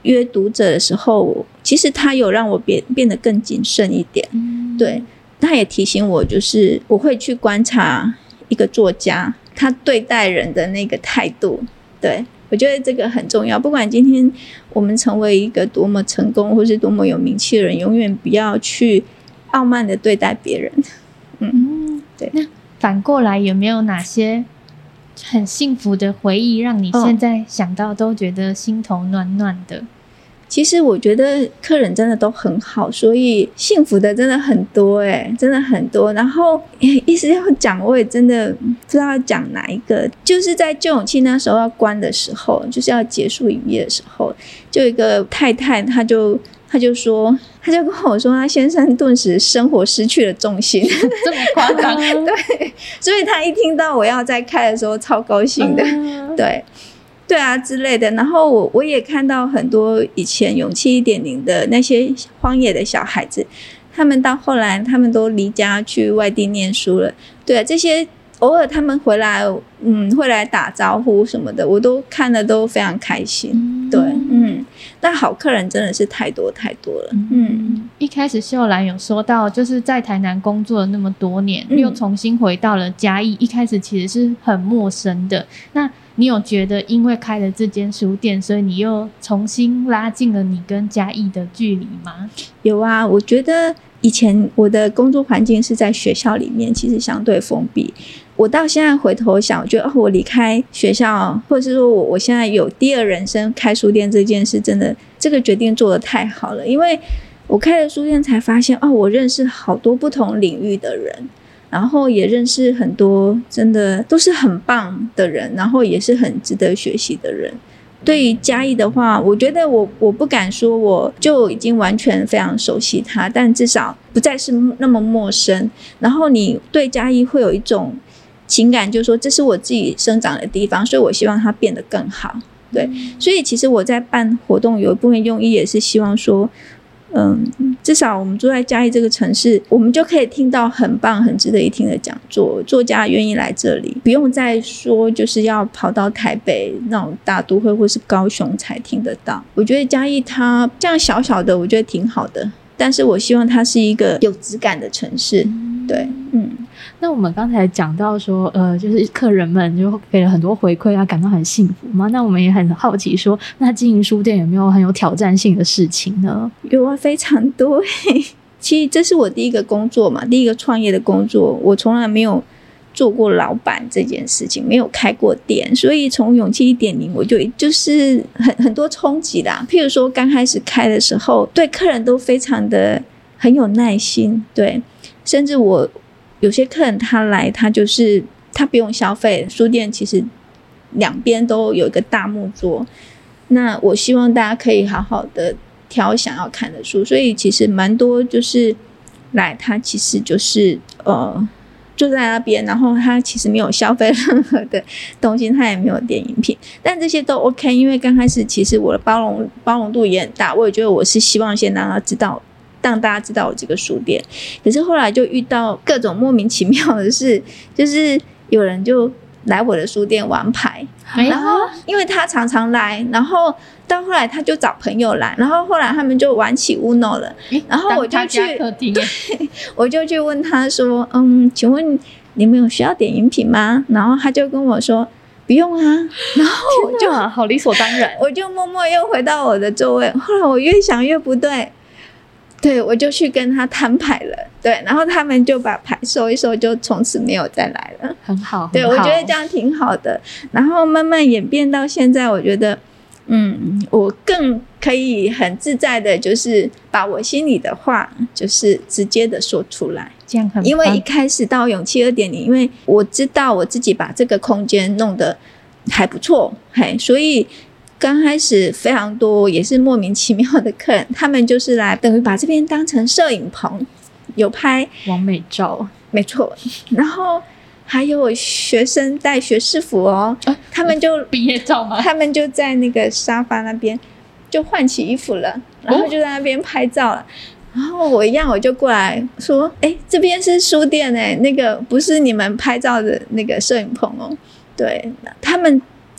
S3: 约读者的时候，其实他有让我变得更谨慎一点。对，他也提醒我，就是我会去观察一个作家他对待人的那个态度。对，我觉得这个很重要，不管今天我们成为一个多么成功或是多么有名气的人，永远不要去傲慢的对待别人。对。
S2: 那反过来有没有哪些很幸福的回忆让你现在想到都觉得心头暖暖的？
S3: 其实我觉得客人真的都很好，所以幸福的真的很多真的很多。然后一时要讲我也真的不知道要讲哪一个，就是在旧勇气那时候要关的时候，就是要结束营业的时候，就一个太太她就跟我说，她先生顿时生活失去了重心。
S2: 这么夸张？
S3: 对，所以她一听到我要再开的时候超高兴的。对啊之类的。然后我也看到很多以前勇气 1.0 的那些荒野的小孩子，他们到后来他们都离家去外地念书了。对啊，这些偶尔他们回来会来打招呼什么的，我都看了都非常开心。对，但好客人真的是太多太多了。
S2: 一开始秀兰有说到，就是在台南工作了那么多年，又重新回到了嘉义，一开始其实是很陌生的。那你有觉得因为开了这间书店，所以你又重新拉近了你跟嘉义的距离吗？
S3: 有啊，我觉得以前我的工作环境是在学校里面，其实相对封闭。我到现在回头想，我觉得我离开学校，或者是说我现在有第二人生开书店这件事，真的这个决定做得太好了。因为我开了书店才发现，我认识好多不同领域的人，然后也认识很多真的都是很棒的人，然后也是很值得学习的人。对于嘉义的话，我觉得我不敢说我就已经完全非常熟悉它，但至少不再是那么陌生。然后你对嘉义会有一种情感，就是说这是我自己生长的地方，所以我希望它变得更好。对，所以其实我在办活动有一部分用意也是希望说至少我们住在嘉义这个城市，我们就可以听到很棒很值得一听的讲座，作家愿意来这里，不用再说就是要跑到台北那种大都会或是高雄才听得到。我觉得嘉义它这样小小的我觉得挺好的，但是我希望它是一个有质感的城市。对，
S1: 那我们刚才讲到说就是客人们就给了很多回馈，感到很幸福嘛。那我们也很好奇说，那经营书店有没有很有挑战性的事情呢？
S3: 有啊，非常多。其实这是我第一个工作嘛，第一个创业的工作，我从来没有做过老板这件事情，没有开过店，所以从勇气 1.0 我就是很多冲击啦。譬如说刚开始开的时候，对客人都非常的很有耐心，对，甚至我有些客人他来，他不用消费，书店其实两边都有一个大木桌，那我希望大家可以好好的挑想要看的书，所以其实蛮多就是来他其实就是坐在那边，然后他其实没有消费任何的东西，他也没有点饮品，但这些都 OK， 因为刚开始其实我的包容度也很大，我也觉得我是希望先让大家知道我这个书店。可是后来就遇到各种莫名其妙的事，就是有人就来我的书店玩牌，然后因为他常常来，然后到后来他就找朋友来，然后后来他们就玩起 Uno 了，然后我就去问他说请问你们有需要点饮品吗？然后他就跟我说不用啊，然后我就
S1: 好理所当然，
S3: 我就默默又回到我的座位。后来我越想越不对，对，我就去跟他摊牌了，对，然后他们就把牌收一收，就从此没有再来了。
S1: 很好，
S3: 对，我觉得这样挺好的。然后慢慢演变到现在，我觉得我更可以很自在的，就是把我心里的话就是直接的说出来，
S2: 这样很棒。
S3: 因为一开始到勇气 2.0， 因为我知道我自己把这个空间弄得还不错，所以刚开始非常多也是莫名其妙的客人，他们就是来等于把这边当成摄影棚，有拍
S1: 完美照，
S3: 没错。然后还有学生带学士服他们就
S2: 毕业照吗？
S3: 他们就在那个沙发那边就换起衣服了，然后就在那边拍照了。然后我就过来说这边是书店那个不是你们拍照的那个摄影棚对，他们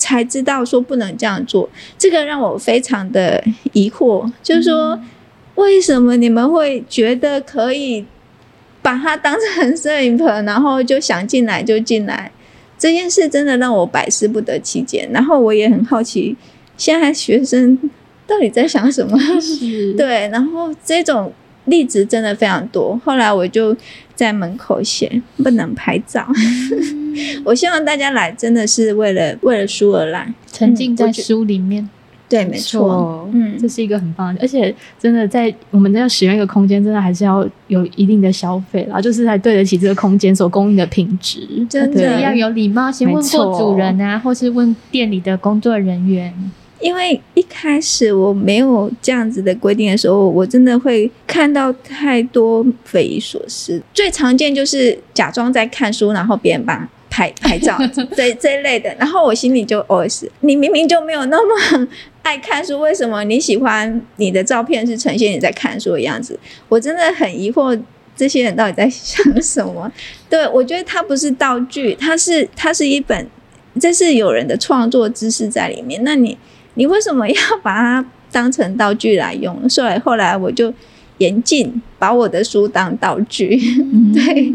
S3: 才知道说不能这样做，这个让我非常的疑惑，就是说为什么你们会觉得可以把它当成摄影棚，然后就想进来就进来，这件事真的让我百思不得其解。然后我也很好奇现在学生到底在想什么对，然后这种例子真的非常多，后来我就在门口写不能拍照我希望大家来真的是为了书而来，
S2: 沉浸在书里面，
S3: 对，没错，
S1: 这是一个很棒的，而且真的在我们要使用一个空间，真的还是要有一定的消费啦，就是才对得起这个空间所供应的品质，
S3: 真的
S2: 要有礼貌，先问过主人啊，或是问店里的工作人员。
S3: 因为一开始我没有这样子的规定的时候，我真的会看到太多匪夷所思，最常见就是假装在看书，然后别人帮拍照这一类的，然后我心里就 OS 你明明就没有那么爱看书，为什么你喜欢你的照片是呈现你在看书的样子？我真的很疑惑这些人到底在想什么对，我觉得它不是道具，它是一本，这是有人的创作知识在里面，那你为什么要把它当成道具来用？所以后来我就严禁把我的书当道具对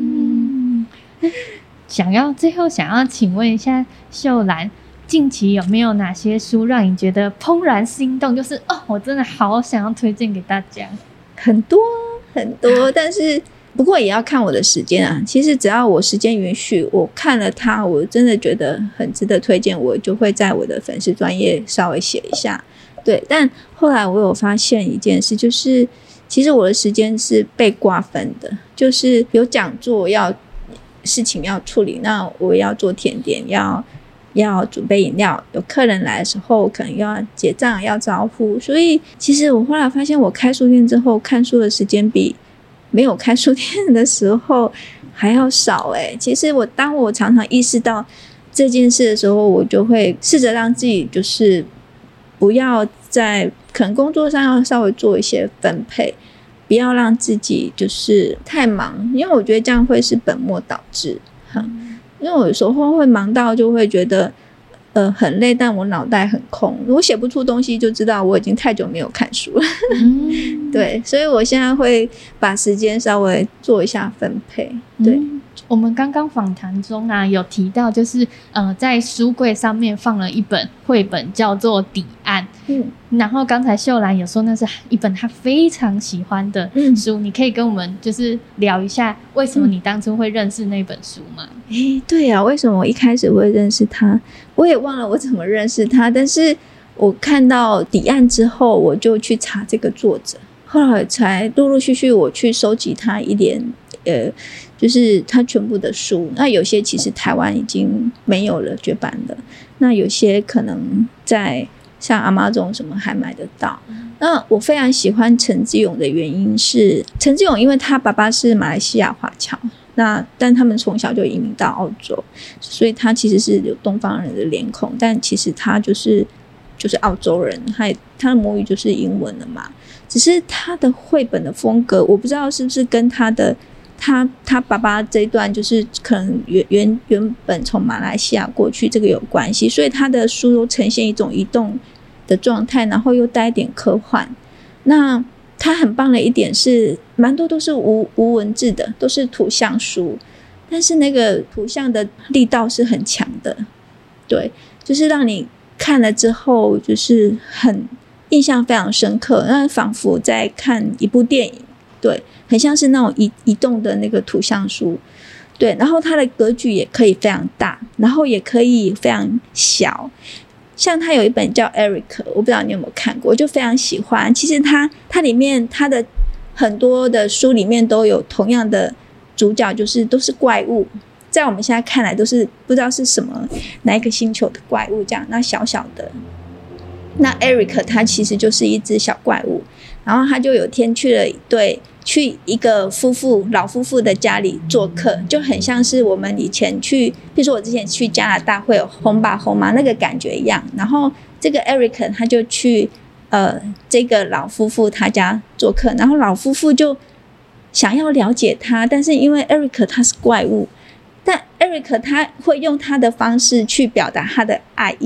S2: 最后想要请问一下秀兰，近期有没有哪些书让你觉得怦然心动，就是我真的好想要推荐给大家？
S3: 很多很多，但是不过也要看我的时间啊。其实只要我时间允许，我看了它，我真的觉得很值得推荐，我就会在我的粉丝专页稍微写一下。对，但后来我有发现一件事，就是其实我的时间是被瓜分的，就是有讲座事情要处理，那我要做甜点，要准备饮料，有客人来的时候可能要结账要招呼，所以其实我后来发现我开书店之后看书的时间比没有开书店的时候还要少其实当我常常意识到这件事的时候，我就会试着让自己就是不要在可能工作上要稍微做一些分配，不要让自己就是太忙，因为我觉得这样会是本末倒置因为我有时候会忙到就会觉得很累，但我脑袋很空，我写不出东西就知道我已经太久没有看书了对，所以我现在会把时间稍微做一下分配对
S2: 我们刚刚访谈中啊有提到，就是在书柜上面放了一本绘本叫做《彼岸》然后刚才秀兰有说那是一本她非常喜欢的书你可以跟我们就是聊一下为什么你当初会认识那本书吗？
S3: 对啊，为什么我一开始会认识它，我也忘了我怎么认识它，但是我看到《彼岸》之后我就去查这个作者，后来才陆陆续续我去收集他一点就是他全部的书，那有些其实台湾已经没有了绝版了，那有些可能在像 Amazon 什么还买得到那我非常喜欢陈志勇的原因是陈志勇因为他爸爸是马来西亚华侨，但他们从小就移民到澳洲，所以他其实是有东方人的脸孔，但其实他就是澳洲人，他的母语就是英文了嘛，只是他的绘本的风格我不知道是不是跟他爸爸这一段就是可能原本从马来西亚过去这个有关系，所以他的书都呈现一种移动的状态，然后又带一点科幻。那他很棒的一点是蛮多都是无文字的，都是图像书，但是那个图像的力道是很强的，对，就是让你看了之后就是很印象非常深刻，那仿佛在看一部电影，对，很像是那种移动的那个图像书，对，然后它的格局也可以非常大，然后也可以非常小，像他有一本叫 Eric， 我不知道你有没有看过，我就非常喜欢。其实它里面它的很多的书里面都有同样的主角，就是都是怪物，在我们现在看来都是不知道是什么哪一个星球的怪物这样，那小小的。那 Eric 他其实就是一只小怪物，然后他就有天去一个老夫妇的家里做客，就很像是我们以前去，比如说我之前去加拿大会有红爸红妈那个感觉一样，然后这个 Eric 他就去这个老夫妇他家做客，然后老夫妇就想要了解他，但是因为 Eric 他是怪物，但 Eric 他会用他的方式去表达他的爱意，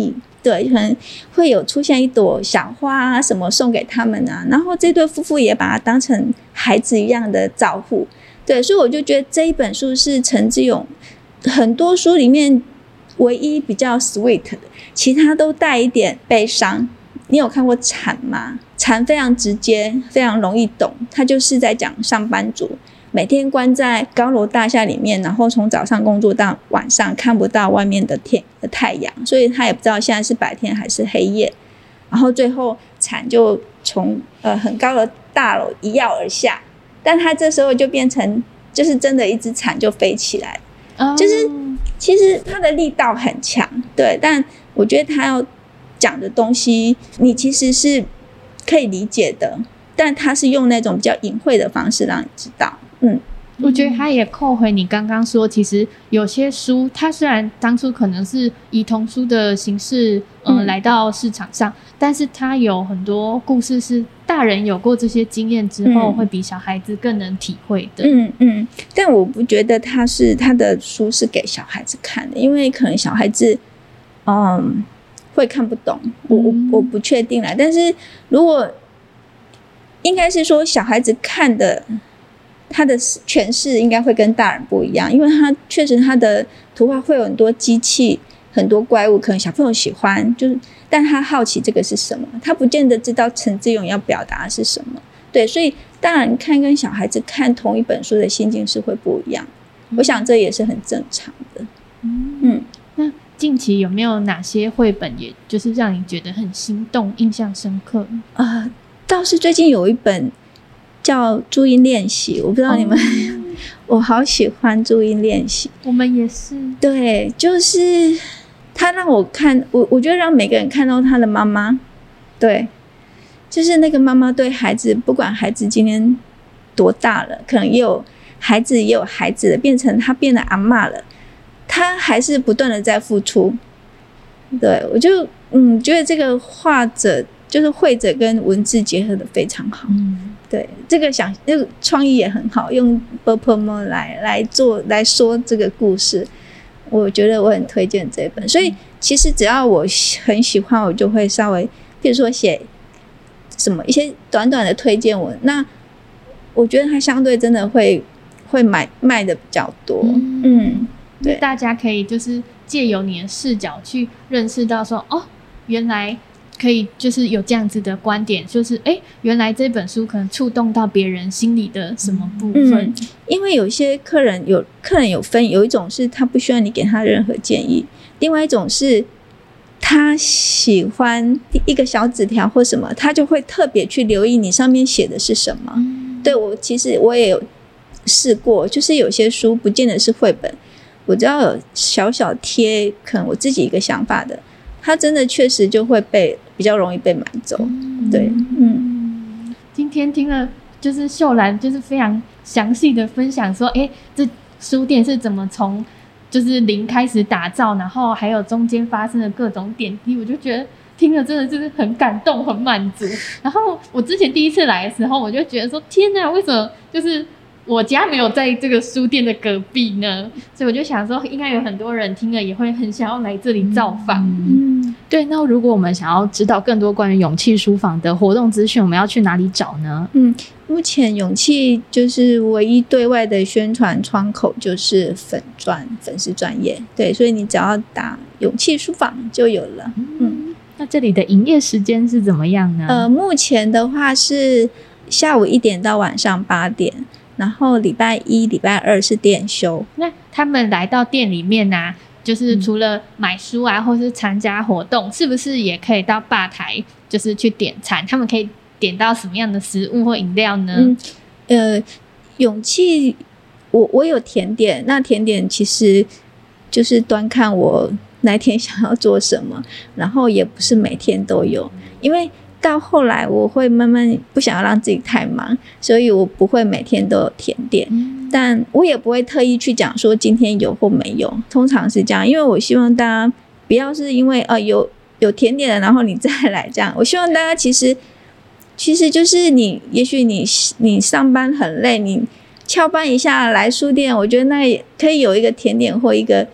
S3: 对，可能会有出现一朵小花啊什么送给他们啊，然后这对夫妇也把它当成孩子一样的照顾。对，所以我就觉得这一本书是陈志勇很多书里面唯一比较 sweet 的，其他都带一点悲伤。你有看过蝉吗？蝉非常直接，非常容易懂，它就是在讲上班族每天关在高楼大厦里面，然后从早上工作到晚上看不到外面的太阳，所以他也不知道现在是白天还是黑夜，然后最后蝉就从很高的大楼一跃而下，但他这时候就变成就是真的一只蝉就飞起来，就是其实他的力道很强，对，但我觉得他要讲的东西你其实是可以理解的，但他是用那种比较隐晦的方式让你知道。
S2: 我觉得他也扣回你刚刚说，其实有些书它虽然当初可能是以童书的形式来到市场上，但是它有很多故事是大人有过这些经验之后会比小孩子更能体会的。
S3: 但我不觉得他的书是给小孩子看的，因为可能小孩子会看不懂，我不确定啦。但是如果应该是说小孩子看的，他的诠释应该会跟大人不一样，因为他确实他的图画会有很多机器、很多怪物，可能小朋友喜欢，但他好奇这个是什么，他不见得知道陈志勇要表达的是什么。对，所以大人看跟小孩子看同一本书的心境是会不一样，我想这也是很正常的。
S2: 那近期有没有哪些绘本也就是让你觉得很心动、印象深刻？
S3: 倒是最近有一本叫注音练习，我不知道你们我好喜欢注音练习。
S2: 我们也是。
S3: 对，就是他让我看，我觉得让每个人看到他的妈妈，对，就是那个妈妈对孩子，不管孩子今天多大了，可能也有孩子的，变成他变得阿嬷了，他还是不断的在付出。对，我就觉得这个画者就是绘者跟文字结合的非常好。对，这个创意也很好，用 Burpemo 来说这个故事，我觉得我很推荐这本。所以其实只要我很喜欢，我就会稍微，比如说写什么一些短短的推荐文，那我觉得它相对真的会卖的比较多。对，
S2: 大家可以就是借由你的视角去认识到说，原来可以就是有这样子的观点，就是原来这本书可能触动到别人心里的什么部分。
S3: 因为有些客人有分，有一种是他不需要你给他任何建议，另外一种是他喜欢一个小纸条或什么，他就会特别去留意你上面写的是什么。对，其实我也有试过，就是有些书不见得是绘本，我只要有小小贴可能我自己一个想法的，它真的确实就会比较容易被买走。对，
S2: 今天听了就是秀兰就是非常详细的分享说，这书店是怎么从就是零开始打造，然后还有中间发生的各种点滴，我就觉得听了真的就是很感动、很满足。然后我之前第一次来的时候，我就觉得说，天哪，为什么就是我家没有在这个书店的隔壁呢？所以我就想说，应该有很多人听了也会很想要来这里造访。
S1: 对，那如果我们想要知道更多关于勇气书房的活动资讯，我们要去哪里找呢？
S3: 目前勇气就是唯一对外的宣传窗口就是粉丝专页，对，所以你只要打勇气书房就有了。
S1: 那这里的营业时间是怎么样呢？
S3: 目前的话是下午1点到晚上8点，然后礼拜一、礼拜二是店休。
S2: 那他们来到店里面啊，就是除了买书啊，或是参加活动，是不是也可以到吧台，就是去点餐？他们可以点到什么样的食物或饮料呢？
S3: 勇气，我有甜点，那甜点其实就是端看我那天想要做什么，然后也不是每天都有，因为到后来我会慢慢不想要让自己太忙，所以我不会每天都有甜点，但我也不会特意去讲说今天有或没有，通常是这样，因为我希望大家不要是因为有甜点了然后你再来这样，我希望大家其实就是也许你上班很累，你翘班一下来书店，我觉得那也可以有一个甜点或一个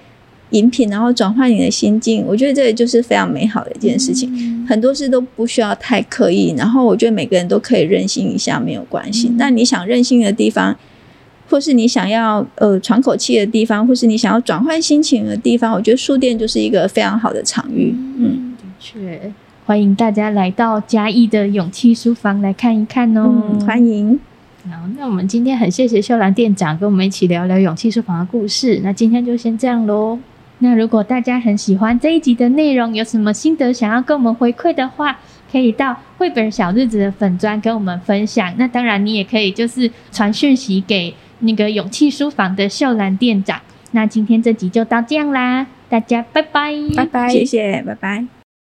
S3: 饮品，然后转换你的心境，我觉得这个就是非常美好的一件事情。很多事都不需要太刻意，然后我觉得每个人都可以任性一下，没有关系。那你想任性的地方，或是你想要喘口气的地方，或是你想要转换心情的地方，我觉得书店就是一个非常好的场域。
S1: 的确，
S2: 欢迎大家来到嘉义的勇气书房来看一看哦。
S3: 欢迎。
S1: 好，那我们今天很谢谢秀兰店长跟我们一起聊聊勇气书房的故事，那今天就先这样咯。
S2: 那如果大家很喜欢这一集的内容，有什么心得想要跟我们回馈的话，可以到绘本小日子的粉专跟我们分享。那当然你也可以就是传讯息给那个勇气书房的秀兰店长。那今天这集就到这样啦，大家拜拜，
S1: 拜拜，
S3: 谢谢，拜拜。